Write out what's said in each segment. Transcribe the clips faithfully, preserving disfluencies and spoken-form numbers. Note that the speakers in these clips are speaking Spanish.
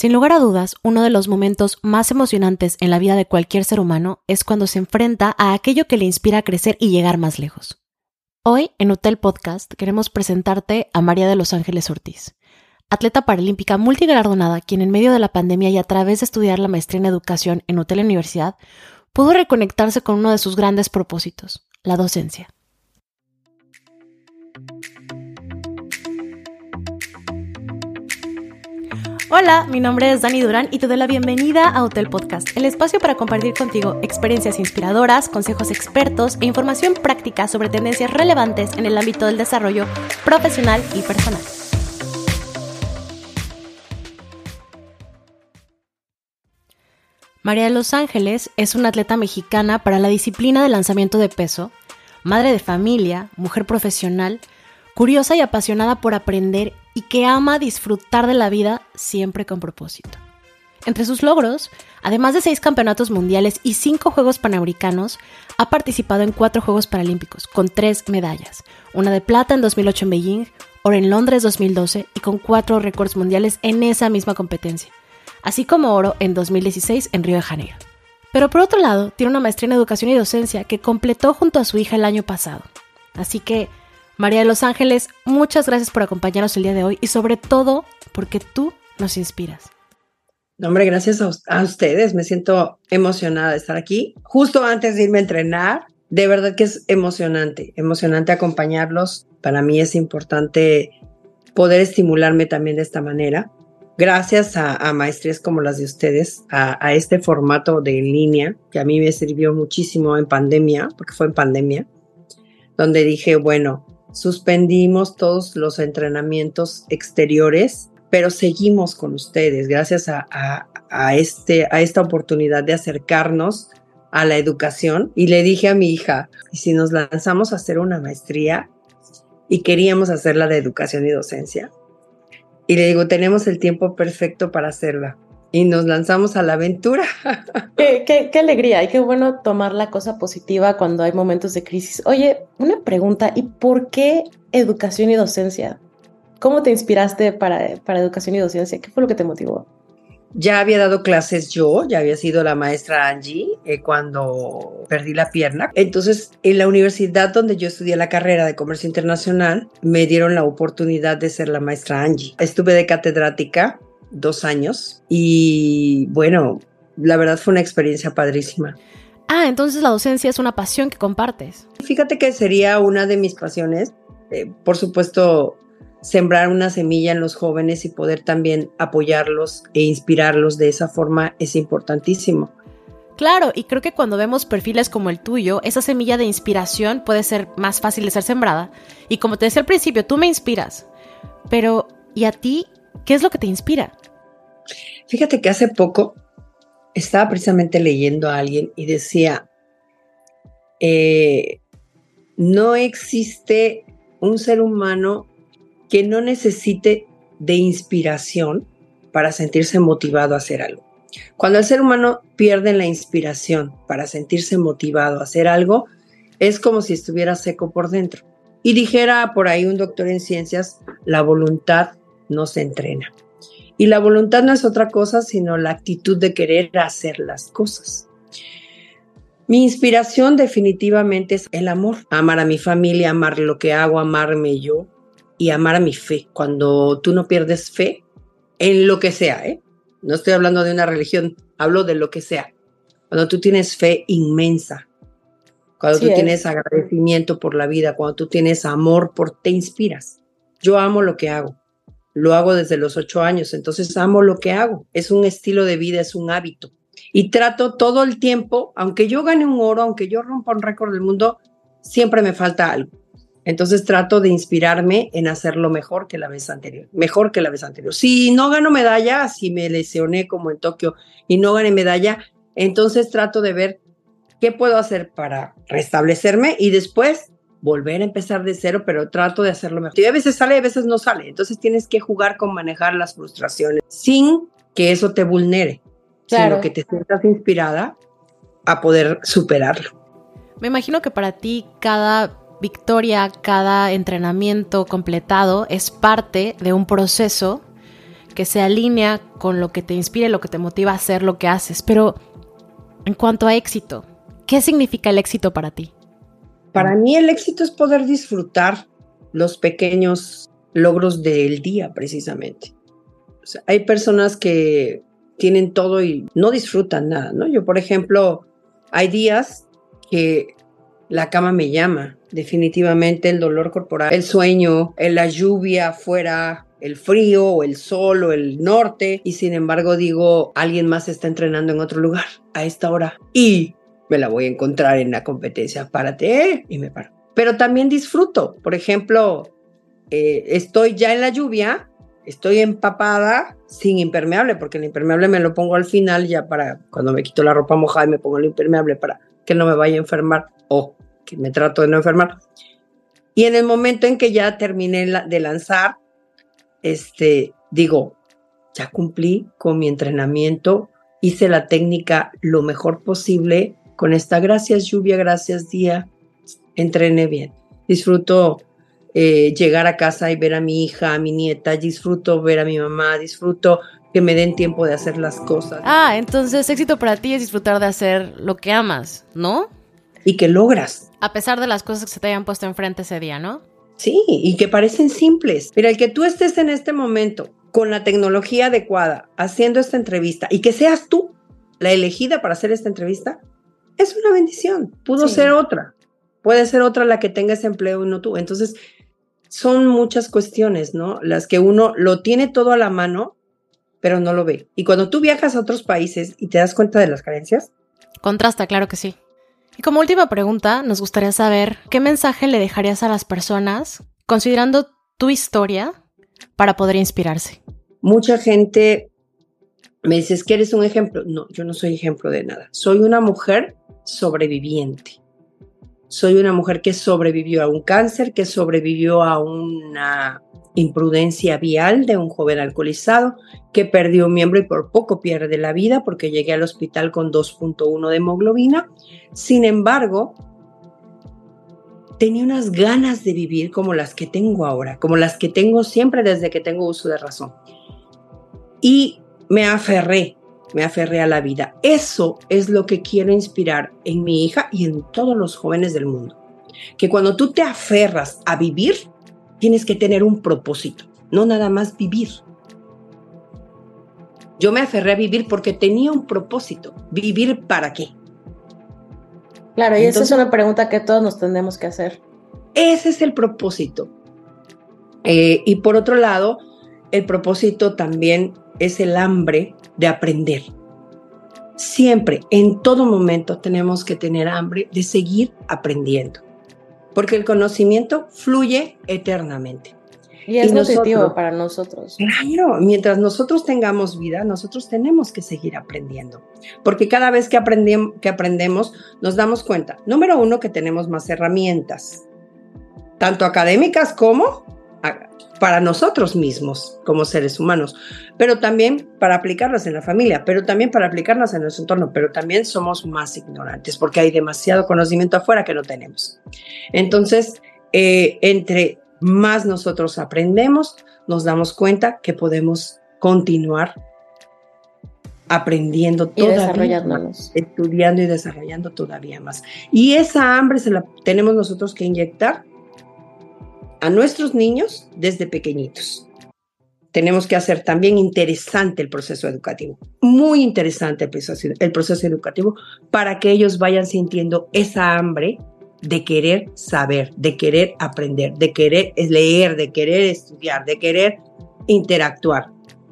Sin lugar a dudas, uno de los momentos más emocionantes en la vida de cualquier ser humano es cuando se enfrenta a aquello que le inspira a crecer y llegar más lejos. Hoy, en Hotel Podcast, queremos presentarte a María de los Ángeles Ortiz, atleta paralímpica multigalardonada, quien en medio de la pandemia y a través de estudiar la maestría en educación en Hotel Universidad, pudo reconectarse con uno de sus grandes propósitos, la docencia. Hola, mi nombre es Dani Durán y te doy la bienvenida a Hotel Podcast, el espacio para compartir contigo experiencias inspiradoras, consejos expertos e información práctica sobre tendencias relevantes en el ámbito del desarrollo profesional y personal. María de los Ángeles es una atleta mexicana para la disciplina de lanzamiento de peso, madre de familia, mujer profesional, curiosa y apasionada por aprender y que ama disfrutar de la vida siempre con propósito. Entre sus logros, además de seis campeonatos mundiales y cinco Juegos Panamericanos, ha participado en cuatro Juegos Paralímpicos con tres medallas, una de plata en dos mil ocho en Beijing, oro en Londres dos mil doce y con cuatro récords mundiales en esa misma competencia, así como oro en dos mil dieciséis en Río de Janeiro. Pero por otro lado, tiene una maestría en educación y docencia que completó junto a su hija el año pasado. Así que, María de los Ángeles, muchas gracias por acompañarnos el día de hoy y sobre todo porque tú nos inspiras. No, hombre, gracias a, a ustedes. Me siento emocionada de estar aquí. Justo antes de irme a entrenar, de verdad que es emocionante, emocionante acompañarlos. Para mí es importante poder estimularme también de esta manera. Gracias a, a maestrías como las de ustedes, a, a este formato de en línea, que a mí me sirvió muchísimo en pandemia, porque fue en pandemia, donde dije, bueno, suspendimos todos los entrenamientos exteriores, pero seguimos con ustedes gracias a, a, a, este, a esta oportunidad de acercarnos a la educación. Y le dije a mi hija, ¿y si nos lanzamos a hacer una maestría? Y queríamos hacerla de educación y docencia. Y le digo, tenemos el tiempo perfecto para hacerla. Y nos lanzamos a la aventura. Qué, qué, qué alegría y qué bueno tomar la cosa positiva cuando hay momentos de crisis. Oye, una pregunta, ¿y por qué educación y docencia? ¿Cómo te inspiraste para, para educación y docencia? ¿Qué fue lo que te motivó? Ya había dado clases yo, ya había sido la maestra Angie eh, cuando perdí la pierna. Entonces, en la universidad donde yo estudié la carrera de comercio internacional, me dieron la oportunidad de ser la maestra Angie. Estuve de catedrática dos años y bueno, la verdad fue una experiencia padrísima. Ah, entonces la docencia es una pasión que compartes. Fíjate que sería una de mis pasiones, eh, por supuesto, sembrar una semilla en los jóvenes y poder también apoyarlos e inspirarlos de esa forma es importantísimo. Claro, y creo que cuando vemos perfiles como el tuyo, esa semilla de inspiración puede ser más fácil de ser sembrada. Y como te decía al principio, tú me inspiras. Pero, ¿y a ti qué es lo que te inspira? Fíjate que hace poco estaba precisamente leyendo a alguien y decía, eh, no existe un ser humano que no necesite de inspiración para sentirse motivado a hacer algo. Cuando el ser humano pierde la inspiración para sentirse motivado a hacer algo, es como si estuviera seco por dentro. Y dijera por ahí un doctor en ciencias, la voluntad no se entrena. Y la voluntad no es otra cosa sino la actitud de querer hacer las cosas. Mi inspiración definitivamente es el amor. Amar a mi familia, amar lo que hago, amarme yo y amar a mi fe. Cuando tú no pierdes fe en lo que sea, ¿eh? No estoy hablando de una religión, hablo de lo que sea. Cuando tú tienes fe inmensa, cuando sí tú es. tienes agradecimiento por la vida, cuando tú tienes amor, por, te inspiras. Yo amo lo que hago. Lo hago desde los ocho años, entonces amo lo que hago. Es un estilo de vida, es un hábito. Y trato todo el tiempo, aunque yo gane un oro, aunque yo rompa un récord del mundo, siempre me falta algo. Entonces trato de inspirarme en hacerlo mejor que la vez anterior, mejor que la vez anterior. Si no gano medalla, si me lesioné como en Tokio y no gané medalla, entonces trato de ver qué puedo hacer para restablecerme y después volver a empezar de cero, pero trato de hacerlo mejor. Y a veces sale, a veces no sale. Entonces tienes que jugar con manejar las frustraciones sin que eso te vulnere, claro, sino que te sientas inspirada a poder superarlo. Me imagino que para ti cada victoria, cada entrenamiento completado es parte de un proceso que se alinea con lo que te inspira y lo que te motiva a hacer lo que haces. Pero en cuanto a éxito, ¿qué significa el éxito para ti? Para mí el éxito es poder disfrutar los pequeños logros del día, precisamente. O sea, hay personas que tienen todo y no disfrutan nada, ¿no? Yo, por ejemplo, hay días que la cama me llama, definitivamente el dolor corporal, el sueño, la lluvia afuera, el frío o el sol o el norte, y sin embargo digo, alguien más está entrenando en otro lugar a esta hora y me la voy a encontrar en la competencia, párate, ¿eh? Y me paro. Pero también disfruto, por ejemplo, eh, estoy ya en la lluvia, estoy empapada sin impermeable, porque el impermeable me lo pongo al final ya para cuando me quito la ropa mojada y me pongo el impermeable para que no me vaya a enfermar o que me trato de no enfermar. Y en el momento en que ya terminé de lanzar, este, digo, ya cumplí con mi entrenamiento, hice la técnica lo mejor posible con esta gracias lluvia, gracias día, entrené bien. Disfruto eh, llegar a casa y ver a mi hija, a mi nieta, disfruto ver a mi mamá, disfruto que me den tiempo de hacer las cosas. Ah, entonces éxito para ti es disfrutar de hacer lo que amas, ¿no? Y que logras. A pesar de las cosas que se te hayan puesto enfrente ese día, ¿no? Sí, y que parecen simples. Mira, el que tú estés en este momento con la tecnología adecuada haciendo esta entrevista y que seas tú la elegida para hacer esta entrevista, es una bendición. Pudo Sí. ser otra. Puede ser otra la que tenga ese empleo y no tú. Entonces, son muchas cuestiones, ¿no? Las que uno lo tiene todo a la mano, pero no lo ve. Y cuando tú viajas a otros países y te das cuenta de las carencias. Contrasta, claro que sí. Y como última pregunta, nos gustaría saber qué mensaje le dejarías a las personas considerando tu historia para poder inspirarse. Mucha gente me dice, es que eres un ejemplo. No, yo no soy ejemplo de nada. Soy una mujer sobreviviente. Soy una mujer que sobrevivió a un cáncer, que sobrevivió a una imprudencia vial de un joven alcoholizado, que perdió un miembro y por poco pierde la vida porque llegué al hospital con dos punto uno de hemoglobina. Sin embargo, tenía unas ganas de vivir como las que tengo ahora, como las que tengo siempre desde que tengo uso de razón. Y me aferré, me aferré a la vida. Eso es lo que quiero inspirar en mi hija y en todos los jóvenes del mundo. Que cuando tú te aferras a vivir, tienes que tener un propósito, no nada más vivir. Yo me aferré a vivir porque tenía un propósito. ¿Vivir para qué? Claro, y Entonces, esa es una pregunta que todos nos tendremos que hacer. Ese es el propósito. Eh, y por otro lado, el propósito también es el hambre de aprender. Siempre, en todo momento, tenemos que tener hambre de seguir aprendiendo. Porque el conocimiento fluye eternamente. Y es y nutritivo nosotros, para nosotros. Claro, mientras nosotros tengamos vida, nosotros tenemos que seguir aprendiendo. Porque cada vez que, aprendem- que aprendemos, nos damos cuenta, número uno, que tenemos más herramientas, tanto académicas como a, para nosotros mismos, como seres humanos, pero también para aplicarlas en la familia, pero también para aplicarlas en nuestro entorno, pero también somos más ignorantes, porque hay demasiado conocimiento afuera que no tenemos. Entonces, eh, entre más nosotros aprendemos, nos damos cuenta que podemos continuar aprendiendo y todavía desarrollándonos. Más, estudiando y desarrollando todavía más. Y esa hambre se la tenemos nosotros que inyectar a nuestros niños desde pequeñitos. Tenemos que hacer también interesante el proceso educativo, muy interesante el proceso, el proceso educativo para que ellos vayan sintiendo esa hambre de querer saber, de querer aprender, de querer leer, de querer estudiar, de querer interactuar.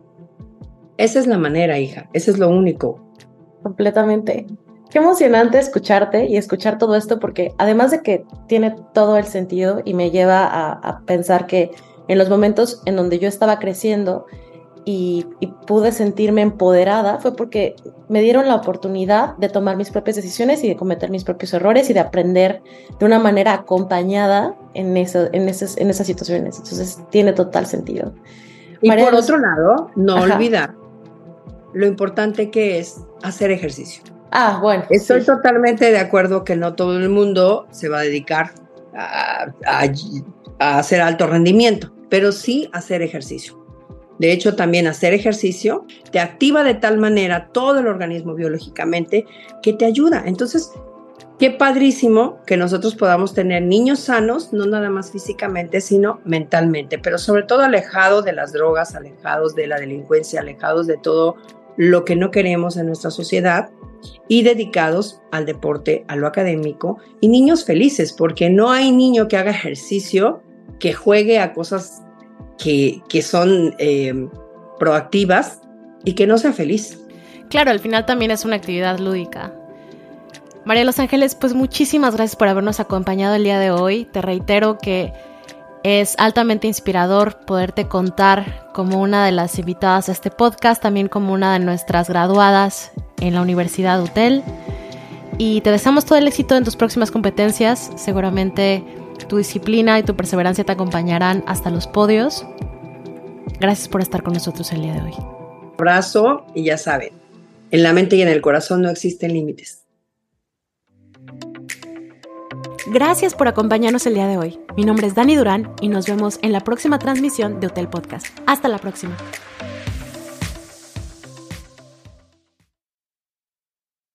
Esa es la manera, hija, ese es lo único. Completamente. Qué emocionante escucharte y escuchar todo esto, porque además de que tiene todo el sentido y me lleva a, a pensar que en los momentos en donde yo estaba creciendo y, y pude sentirme empoderada fue porque me dieron la oportunidad de tomar mis propias decisiones y de cometer mis propios errores y de aprender de una manera acompañada en, eso, en, esas, en esas situaciones. Entonces tiene total sentido. Y María, por otro lado, no ajá. olvidar lo importante que es hacer ejercicio. Ah, bueno. Estoy sí. totalmente de acuerdo que no todo el mundo se va a dedicar a, a, a hacer alto rendimiento, pero sí hacer ejercicio. De hecho, también hacer ejercicio te activa de tal manera todo el organismo biológicamente que te ayuda. Entonces, qué padrísimo que nosotros podamos tener niños sanos, no nada más físicamente, sino mentalmente, pero sobre todo alejados de las drogas, alejados de la delincuencia, alejados de todo lo que no queremos en nuestra sociedad y dedicados al deporte, a lo académico y niños felices, porque no hay niño que haga ejercicio, que juegue a cosas que, que son eh, proactivas y que no sea feliz. Claro, al final también es una actividad lúdica. María de los Ángeles, pues muchísimas gracias por habernos acompañado el día de hoy. Te reitero que es altamente inspirador poderte contar como una de las invitadas a este podcast, también como una de nuestras graduadas en la Universidad U T E L. Y te deseamos todo el éxito en tus próximas competencias. Seguramente tu disciplina y tu perseverancia te acompañarán hasta los podios. Gracias por estar con nosotros el día de hoy. Un abrazo y ya saben, en la mente y en el corazón no existen límites. Gracias por acompañarnos el día de hoy. Mi nombre es Dani Durán y nos vemos en la próxima transmisión de Hotel Podcast. Hasta la próxima.